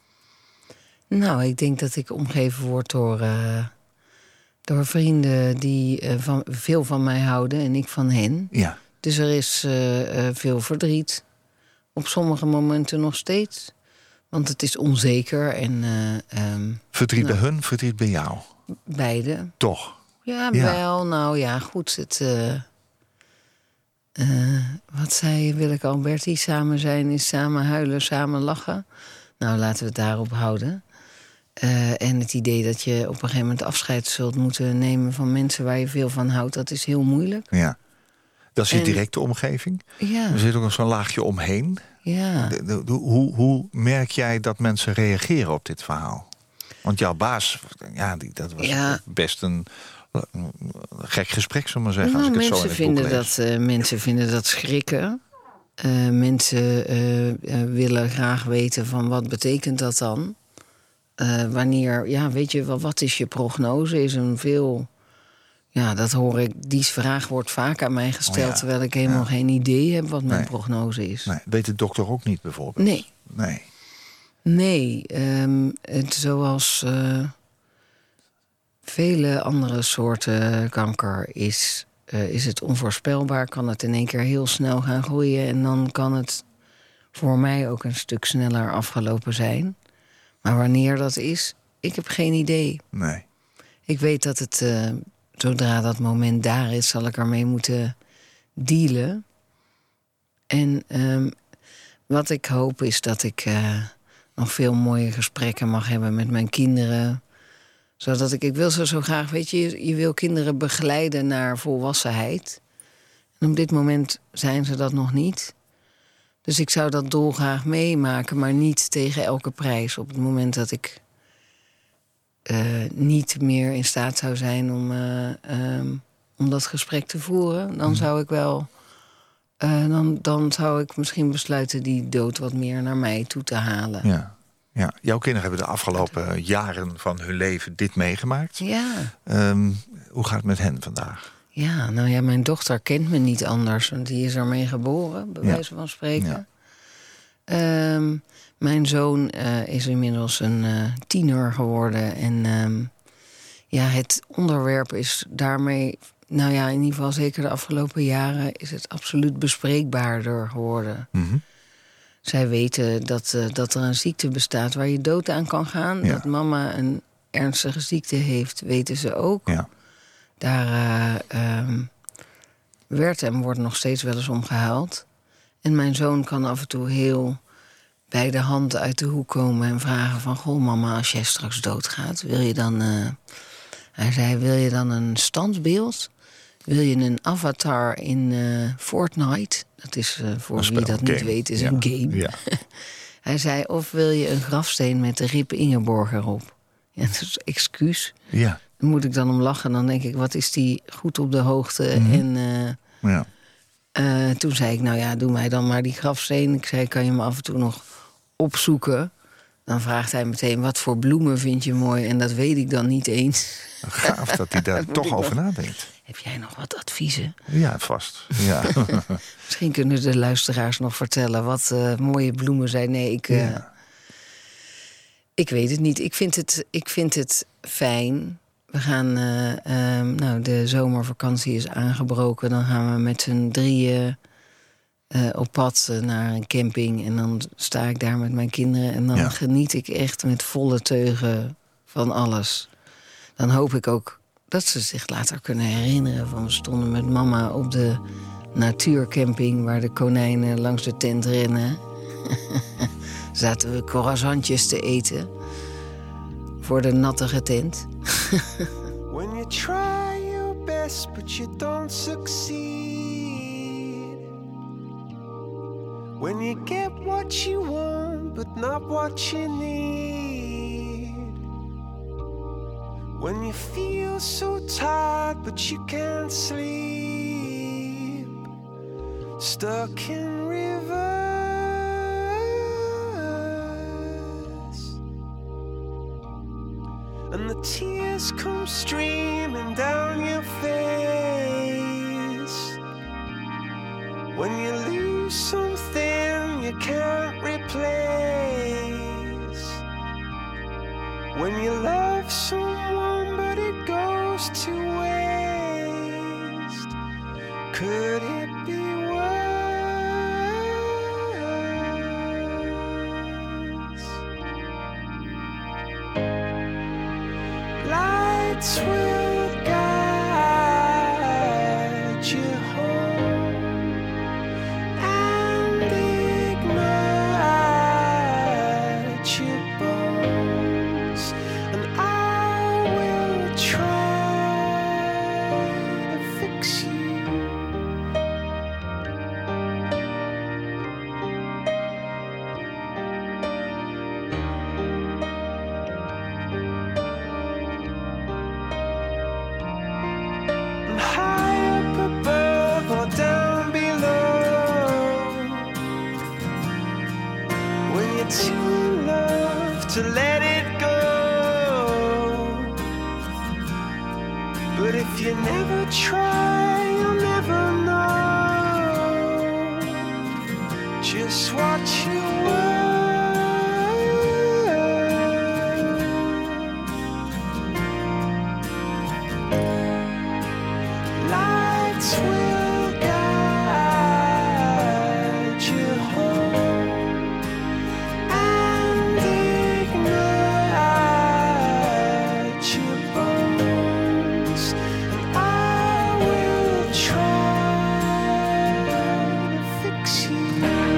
Nou, ik denk dat ik omgeven word door, uh, door vrienden... die uh, van, veel van mij houden en ik van hen. Ja. Dus er is uh, uh, veel verdriet. Op sommige momenten nog steeds. Want het is onzeker en... Uh, um, Verdriet nou, bij hun, verdriet bij jou. beide. Toch? Ja, Ja. wel. Nou ja, goed. Het, uh, uh, wat zei Willeke Alberti? Samen zijn is samen huilen, samen lachen. Nou, laten we het daarop houden. Uh, en het idee dat je op een gegeven moment afscheid zult moeten nemen... van mensen waar je veel van houdt, dat is heel moeilijk. Ja. Dat is je En- directe omgeving. Ja, Er zit ook nog zo'n laagje omheen. ja. De- de- de- hoe, hoe merk jij dat mensen reageren op dit verhaal? Want jouw baas, ja, die, dat was Ja. best een, een gek gesprek, zullen we maar zeggen. Nou, als ik het zo in mensen, het boek vinden lees. dat, uh, mensen vinden dat schrikken. Uh, mensen uh, uh, willen graag weten van wat betekent dat dan? Uh, wanneer, ja, weet je wel, wat is je prognose? Is een veel... Ja, dat hoor ik. Die vraag wordt vaak aan mij gesteld... Oh ja, terwijl ik helemaal ja. geen idee heb wat mijn Nee. prognose is. Nee, weet de dokter ook niet bijvoorbeeld? Nee. Nee. Nee, um, het, zoals uh, vele andere soorten kanker is, uh, is het onvoorspelbaar. Kan het in één keer heel snel gaan groeien... en dan kan het voor mij ook een stuk sneller afgelopen zijn. Maar wanneer dat is, ik heb geen idee. Nee. Ik weet dat het, uh, zodra dat moment daar is... zal ik ermee moeten dealen. En um, wat ik hoop is dat ik... Uh, nog veel mooie gesprekken mag hebben met mijn kinderen. Zodat ik, ik wil zo, zo graag, weet je, je wil kinderen begeleiden naar volwassenheid. En op dit moment zijn ze dat nog niet. Dus ik zou dat dolgraag meemaken, maar niet tegen elke prijs. Op het moment dat ik uh, niet meer in staat zou zijn om, uh, um, om dat gesprek te voeren... dan zou ik wel... Uh, dan, dan zou ik misschien besluiten die dood wat meer naar mij toe te halen. Ja. Ja. Jouw kinderen hebben de afgelopen jaren van hun leven dit meegemaakt. Ja. Um, hoe gaat het met hen vandaag? Ja, nou ja, mijn dochter kent me niet anders. Want die is ermee geboren, bij Ja. wijze van spreken. Ja. Um, mijn zoon uh, is inmiddels een uh, tiener geworden. En um, ja, het onderwerp is daarmee... Nou ja, in ieder geval zeker de afgelopen jaren... is het absoluut bespreekbaarder geworden. Mm-hmm. Zij weten dat, uh, dat er een ziekte bestaat waar je dood aan kan gaan. Ja. Dat mama een ernstige ziekte heeft, weten ze ook. Ja. Daar uh, um, werd en wordt nog steeds wel eens om gehuild. En mijn zoon kan af en toe heel bij de hand uit de hoek komen... en vragen van, goh mama, als jij straks doodgaat... wil je dan uh, Hij zei, wil je dan een standbeeld? Wil je een avatar in uh, Fortnite? Dat is, uh, voor Een wie dat spel, niet game. weet, is Ja. een game. Ja. Hij zei, of wil je een grafsteen met de Rip Ingeborg erop? Ja, dat is excuus. Ja. Daar moet ik dan om lachen. Dan denk ik, wat is die goed op de hoogte? Mhm. En uh, ja. uh, toen zei ik, nou ja, doe mij dan maar die grafsteen. Ik zei, kan je hem af en toe nog opzoeken? Dan vraagt hij meteen, wat voor bloemen vind je mooi? En dat weet ik dan niet eens. Gaaf dat hij daar moet toch ik over nog- nadenkt. Heb jij nog wat adviezen? Ja, vast. Ja. Misschien kunnen de luisteraars nog vertellen wat uh, mooie bloemen zijn. Nee, ik, uh, Ja. ik weet het niet. Ik vind het, ik vind het fijn. We gaan, uh, um, nou, de zomervakantie is aangebroken. Dan gaan we met z'n drieën uh, op pad uh, naar een camping. En dan sta ik daar met mijn kinderen. En dan Ja. geniet ik echt met volle teugen van alles. Dan hoop ik ook dat ze zich later kunnen herinneren van... we stonden met mama op de natuurcamping... waar de konijnen langs de tent rennen. Zaten we croissantjes te eten voor de nattige tent. When you try your best but you don't succeed. When you get what you want but not what you need. When you feel so tired but you can't sleep. Stuck in rivers. And the tears come streaming down your face. When you lose something you can't replace. When you love someone but it goes to waste. Could it be worse? Lights will guide you home and ignite your bones, and I will try to fix you. High up above or down below. When you're too in love to let it go. But if you never try, you'll never know just what you were. Lights will guide you home and ignite your bones, and I will try to fix you.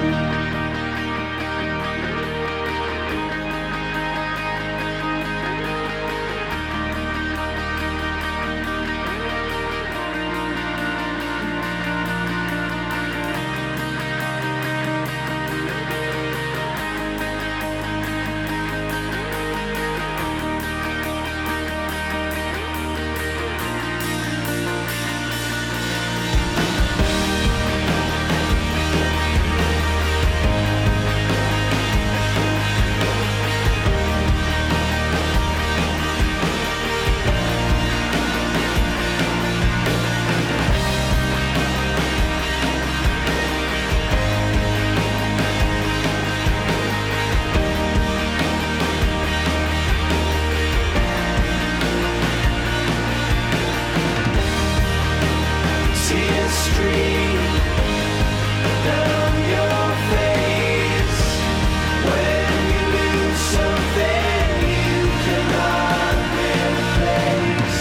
Tears stream down your face when you lose something you cannot replace.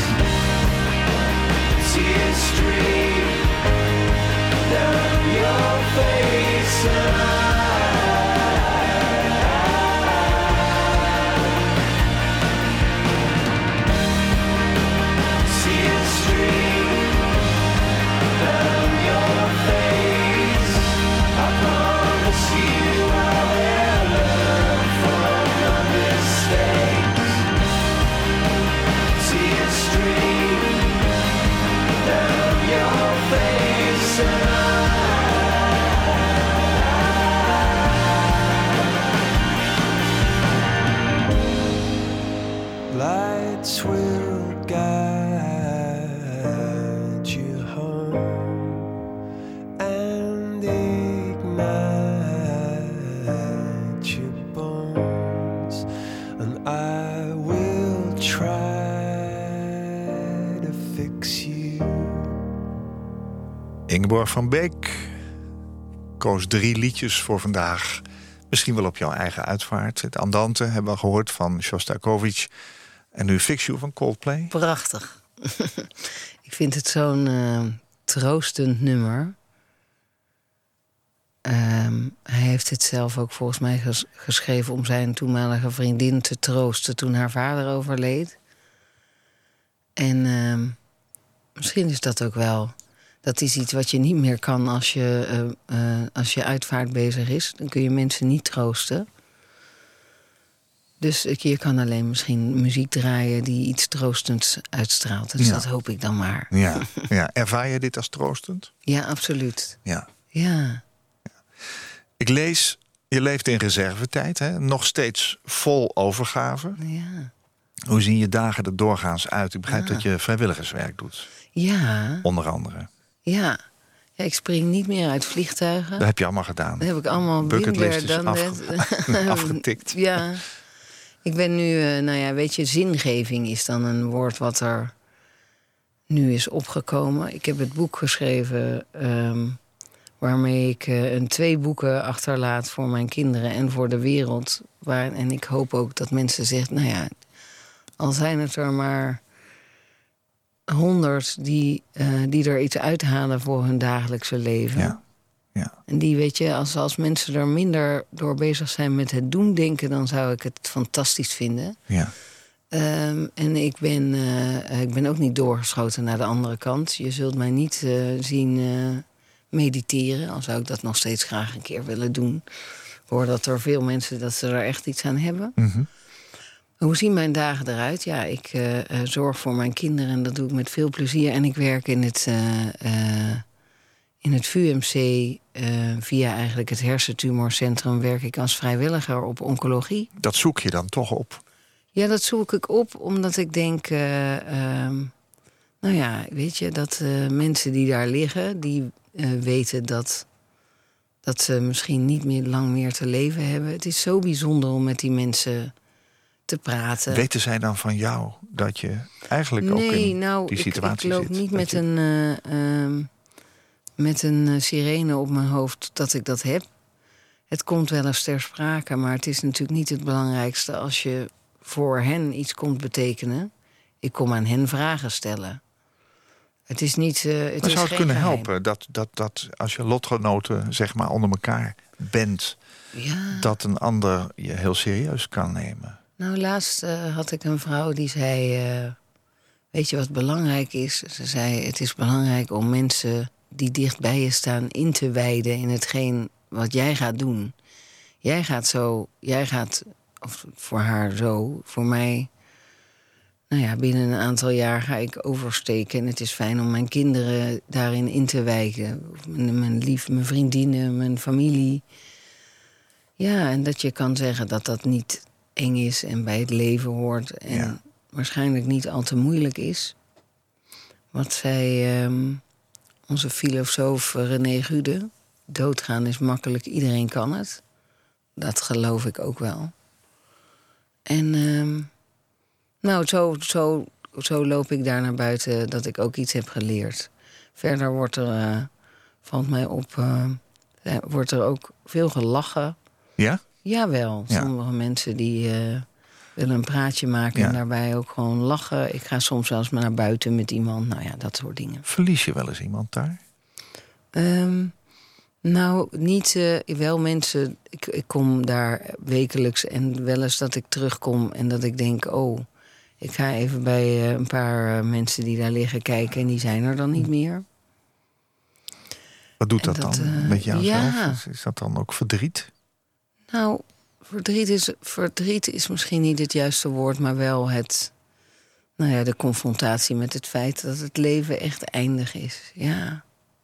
Tears stream down your face, and I will guide you home and ignite your bones, and I will try to fix you. Ingeborg van Beek koos drie liedjes voor vandaag. Misschien wel op jouw eigen uitvaart. Het Andante hebben we gehoord van Shostakovich. En nu Fix You van Coldplay. Prachtig. Ik vind het zo'n uh, troostend nummer. Um, hij heeft het zelf ook volgens mij ges- geschreven... om zijn toenmalige vriendin te troosten toen haar vader overleed. En um, misschien is dat ook wel... Dat is iets wat je niet meer kan als je, uh, uh, als je uitvaart bezig is. Dan kun je mensen niet troosten. Dus ik, je kan alleen misschien muziek draaien die iets troostends uitstraalt. Dus Ja. dat hoop ik dan maar. Ja, ja. Ervaar je dit als troostend? Ja, absoluut. Ja. Ja. Ik lees, je leeft in reservetijd, hè? Nog steeds vol overgave. Ja. Hoe zien je dagen er doorgaans uit? Ik begrijp Ja. dat je vrijwilligerswerk doet, Ja. onder andere. Ja. Ja, ik spring niet meer uit vliegtuigen. Dat heb je allemaal gedaan. Dat heb ik allemaal Bucketlist is dan afge- afgetikt. Ja. Ik ben nu, uh, nou ja, weet je, zingeving is dan een woord wat er nu is opgekomen. Ik heb het boek geschreven um, waarmee ik uh, een twee boeken achterlaat voor mijn kinderen en voor de wereld. Waar, en ik hoop ook dat mensen zeggen, nou ja, al zijn het er maar honderd die, uh, die er iets uithalen voor hun dagelijkse leven. Ja. Ja. En die, weet je, als, als mensen er minder door bezig zijn met het doen denken, dan zou ik het fantastisch vinden. Ja. Um, en ik ben, uh, ik ben ook niet doorgeschoten naar de andere kant. Je zult mij niet uh, zien uh, mediteren, al zou ik dat nog steeds graag een keer willen doen. Ik hoor dat er veel mensen dat ze er echt iets aan hebben. Mm-hmm. Hoe zien mijn dagen eruit? Ja, ik uh, uh, zorg voor mijn kinderen en dat doe ik met veel plezier. En ik werk in het, uh, uh, in het V U M C, uh, via eigenlijk het hersentumorcentrum, werk ik als vrijwilliger op oncologie. Dat zoek je dan toch op? Ja, dat zoek ik op omdat ik denk, uh, um, nou ja, weet je, dat uh, mensen die daar liggen, die uh, weten dat, dat ze misschien niet meer lang meer te leven hebben. Het is zo bijzonder om met die mensen te praten. Weten zij dan van jou dat je eigenlijk nee, ook in nou, die situatie ik, ik loop zit? niet Dat met je... een, uh, um, met een uh, sirene op mijn hoofd dat ik dat heb. Het komt wel eens ter sprake, maar het is natuurlijk niet het belangrijkste als je voor hen iets komt betekenen. Ik kom aan hen vragen stellen. Het is niet. Uh, het Maar is zou het geen kunnen geheim. helpen dat, dat, dat als je lotgenoten zeg maar onder elkaar bent, Ja. dat een ander je heel serieus kan nemen? Nou, laatst uh, had ik een vrouw die zei, uh, weet je wat belangrijk is? Ze zei, het is belangrijk om mensen die dicht bij je staan in te wijden in hetgeen wat jij gaat doen. Jij gaat zo, jij gaat, of voor haar zo, voor mij, nou ja, binnen een aantal jaar ga ik oversteken. En het is fijn om mijn kinderen daarin in te wijken. Mijn, mijn lief, mijn vriendinnen, mijn familie. Ja, en dat je kan zeggen dat dat niet eng is en bij het leven hoort. En Ja. waarschijnlijk niet al te moeilijk is. Wat zei um, onze filosoof René Gude: doodgaan is makkelijk, iedereen kan het. Dat geloof ik ook wel. En um, nou, zo, zo, zo loop ik daar naar buiten dat ik ook iets heb geleerd. Verder wordt er, uh, valt mij op, uh, wordt er ook veel gelachen. Ja? Jawel, Ja. sommige mensen die uh, willen een praatje maken Ja. en daarbij ook gewoon lachen. Ik ga soms zelfs maar naar buiten met iemand, nou ja, dat soort dingen. Verlies je wel eens iemand daar? Um, nou, niet uh, wel mensen. Ik, ik kom daar wekelijks en wel eens dat ik terugkom en dat ik denk, oh, ik ga even bij uh, een paar uh, mensen die daar liggen kijken en die zijn er dan niet meer. Wat doet En dat, dat, dan uh, met jou ja. zelf? Is, is dat dan ook verdriet? Nou, verdriet is, verdriet is misschien niet het juiste woord, maar wel het, nou ja, de confrontatie met het feit dat het leven echt eindig is. Ja.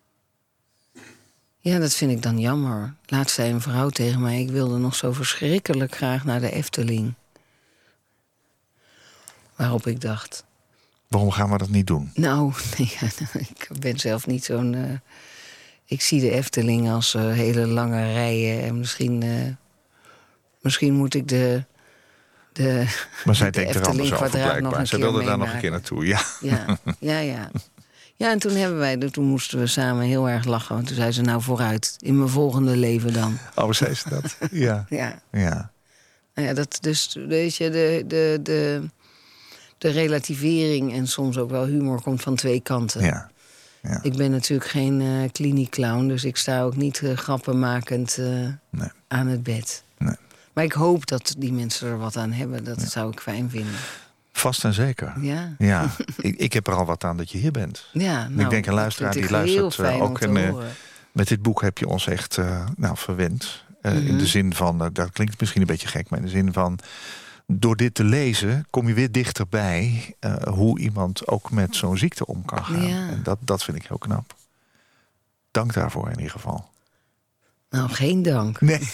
Ja, dat vind ik dan jammer. Laatst zei een vrouw tegen mij, ik wilde nog zo verschrikkelijk graag naar de Efteling. Waarop ik dacht... Waarom gaan we dat niet doen? Nou, nee, ik ben zelf niet zo'n... Uh, ik zie de Efteling als uh, hele lange rijen. En misschien, uh, misschien moet ik de... de maar zij de denkt er anders over blijkbaar. Zij wilde daar nog een keer naartoe, ja. Ja, ja, ja. Ja, en toen hebben wij, toen moesten we samen heel erg lachen. Want toen zei ze, nou vooruit, in mijn volgende leven dan. Oh, zei ze dat? Ja. Ja. Ja. Nou ja, dat dus, weet je, de, de, de, de relativering en soms ook wel humor komt van twee kanten. Ja. Ja. Ik ben natuurlijk geen uh, kliniekclown, dus ik sta ook niet uh, grappenmakend uh, nee. aan het bed. Nee. Maar ik hoop dat die mensen er wat aan hebben. Dat ja. zou ik fijn vinden. Vast en zeker. Ja. ja. ik, ik heb er al wat aan dat je hier bent. Ja, nou, ik denk een luisteraar die luistert uh, ook. En, uh, met dit boek heb je ons echt uh, nou, verwend. Uh, mm-hmm. In de zin van, uh, dat klinkt misschien een beetje gek, maar in de zin van... door dit te lezen kom je weer dichterbij uh, hoe iemand ook met zo'n ziekte om kan gaan. Ja. En dat, dat vind ik heel knap. Dank daarvoor in ieder geval. Nou, geen dank. Nee.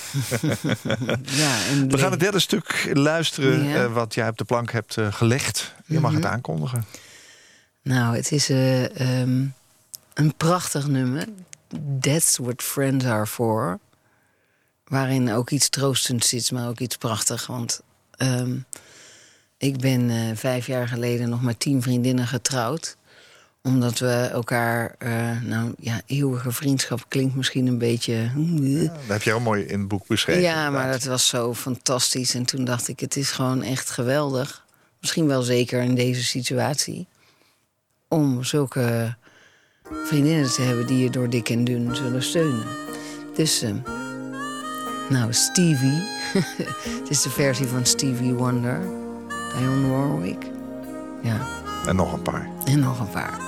ja, en we gaan het derde stuk luisteren ja. uh, wat jij op de plank hebt uh, gelegd. Je mag mm-hmm. het aankondigen. Nou, het is uh, um, een prachtig nummer. That's what friends are for. Waarin ook iets troostends zit, maar ook iets prachtigs. Want um, ik ben uh, vijf jaar geleden nog met tien vriendinnen getrouwd. Omdat we elkaar, uh, nou ja, eeuwige vriendschap klinkt misschien een beetje... Ja, dat heb je heel mooi in het boek beschreven. Ja, inderdaad. Maar dat was zo fantastisch. En toen dacht ik, het is gewoon echt geweldig. Misschien wel zeker in deze situatie. Om zulke vriendinnen te hebben die je door dik en dun zullen steunen. Dus, uh, nou, Stevie. Het is de versie van Stevie Wonder. Dionne Warwick. Ja. En nog een paar. En nog een paar.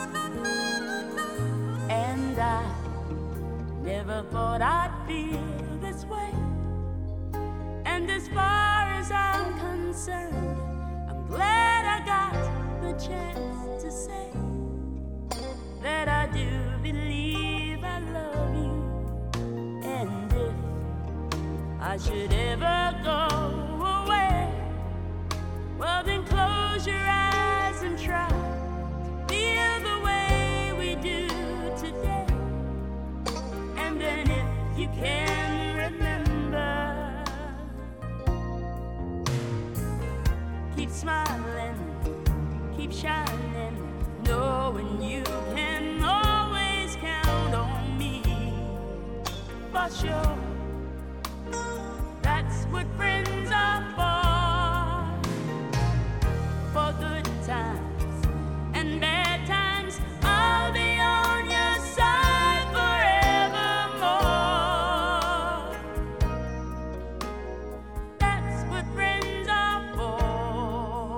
And I never thought I'd feel this way. And as far as I'm concerned, I'm glad I got the chance to say that I do believe I love you. And if I should ever go away, well then close your eyes and try to feel the way we do today. And then if you can remember, keep smiling, keep shining, knowing you can always count on me. For sure, that's what friends are for. For good times and bad times, I'll be on your side forevermore. That's what friends are for.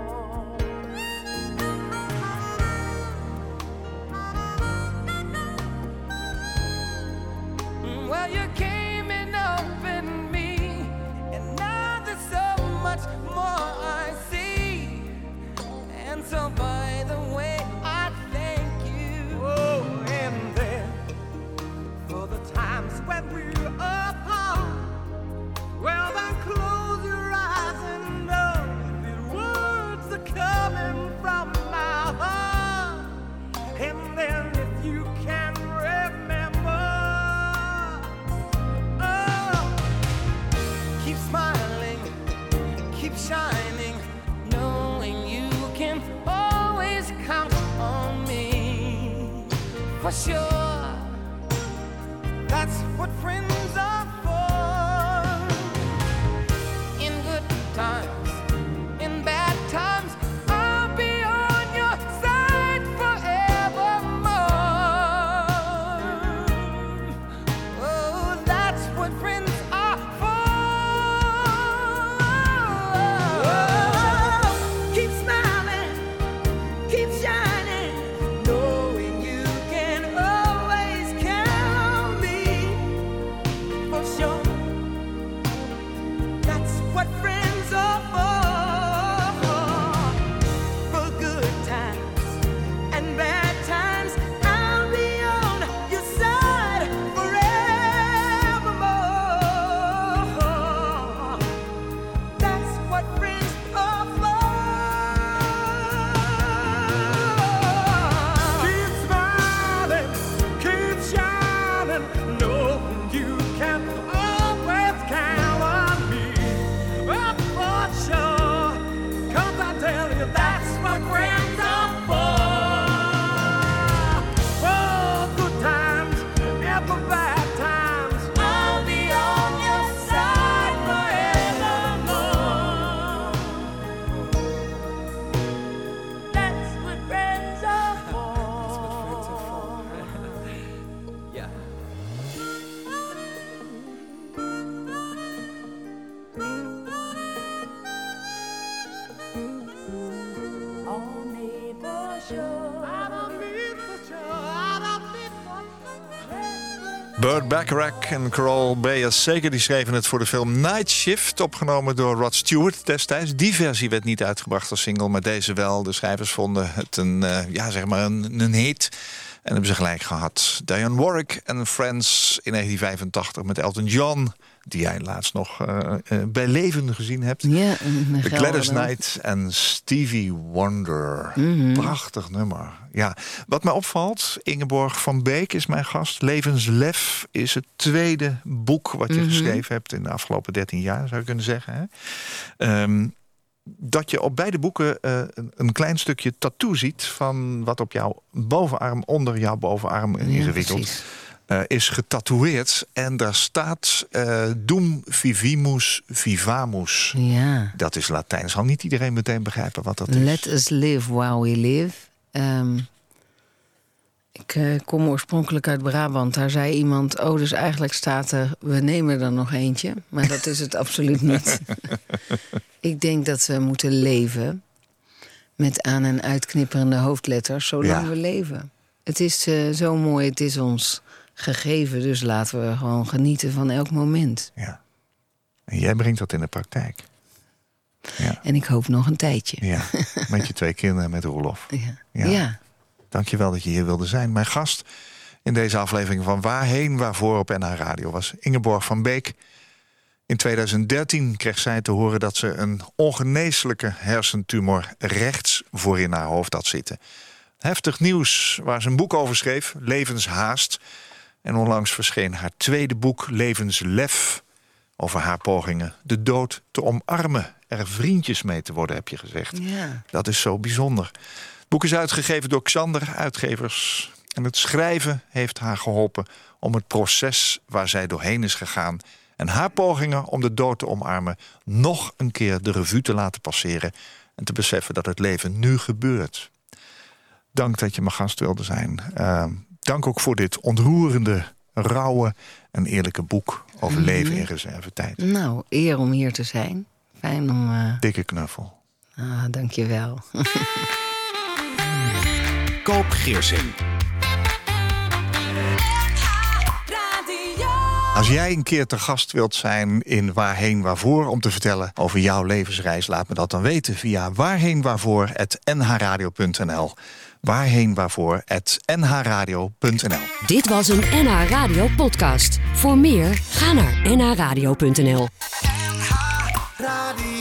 Well, you came in up in me, and now there's so much more I see. And so by the way, I thank you. Oh, and then for the times when we're apart, well then close your eyes and know the words are coming from my heart. And then if you can remember, oh, keep smiling, keep shining, knowing you can always count on me. For sure, that's what friends are for. In good times, in bad times, I'll be on your side forevermore. Oh, that's what friends are for. Oh, keep smiling, keep shining, knowing you can always sure. I don't mean for sure. I don't mean for sure. Burt Bacharach en Carole Bayer Sager die schreven het voor de film Night Shift, opgenomen door Rod Stewart destijds. Die versie werd niet uitgebracht als single, maar deze wel. De schrijvers vonden het een, uh, ja, zeg maar een, een hit. En hebben ze gelijk gehad. Dionne Warwick en Friends in negentien vijfentachtig met Elton John, die jij laatst nog uh, uh, bij leven gezien hebt. Ja, de Gladys Knight en Stevie Wonder. Mm-hmm. Prachtig nummer. Ja. Wat mij opvalt, Ingeborg van Beek is mijn gast. Levenslef is het tweede boek wat je mm-hmm. geschreven hebt in de afgelopen dertien jaar, zou je kunnen zeggen. Hè? Um, dat je op beide boeken uh, een klein stukje tattoo ziet van wat op jouw bovenarm, onder jouw bovenarm ingewikkeld, uh, is getatoeëerd. En daar staat uh, Dum vivimus vivamus. Ja. Dat is Latijn. Zal niet iedereen meteen begrijpen wat dat is. Let us live while we live. Um, ik uh, kom oorspronkelijk uit Brabant. Daar zei iemand, oh, dus eigenlijk staat er, we nemen er nog eentje. Maar dat is het absoluut niet. Ik denk dat we moeten leven met aan- en uitknipperende hoofdletters, zolang ja. we leven. Het is uh, zo mooi, het is ons gegeven, dus laten we gewoon genieten van elk moment. Ja. En jij brengt dat in de praktijk. Ja. En ik hoop nog een tijdje. Ja, met je twee kinderen, met Roelof. Ja. Ja. ja. Dank je wel dat je hier wilde zijn. Mijn gast in deze aflevering van Waarheen Waarvoor op N H Radio was Ingeborg van Beek. In tweeduizend dertien kreeg zij te horen dat ze een ongeneeslijke hersentumor rechts voor in haar hoofd had zitten. Heftig nieuws waar ze een boek over schreef, Levenshaast. En onlangs verscheen haar tweede boek, Levenslef, over haar pogingen de dood te omarmen. Er vriendjes mee te worden, heb je gezegd. Ja. Dat is zo bijzonder. Het boek is uitgegeven door Xander Uitgevers. En het schrijven heeft haar geholpen om het proces waar zij doorheen is gegaan en haar pogingen om de dood te omarmen nog een keer de revue te laten passeren en te beseffen dat het leven nu gebeurt. Dank dat je mijn gast wilde zijn. Uh, dank ook voor dit ontroerende, rauwe en eerlijke boek over mm-hmm. leven in reservetijd. Nou, eer om hier te zijn. Fijn om... Uh... Dikke knuffel. Ah, dank je wel. Koop Geersing. Als jij een keer te gast wilt zijn in Waarheen Waarvoor om te vertellen over jouw levensreis, laat me dat dan weten via waarheenwaarvoor apenstaartje n h radio punt n l. waarheenwaarvoor apenstaartje n h radio punt n l. Dit was een N H Radio podcast. Voor meer, ga naar n h radio punt n l. Radio.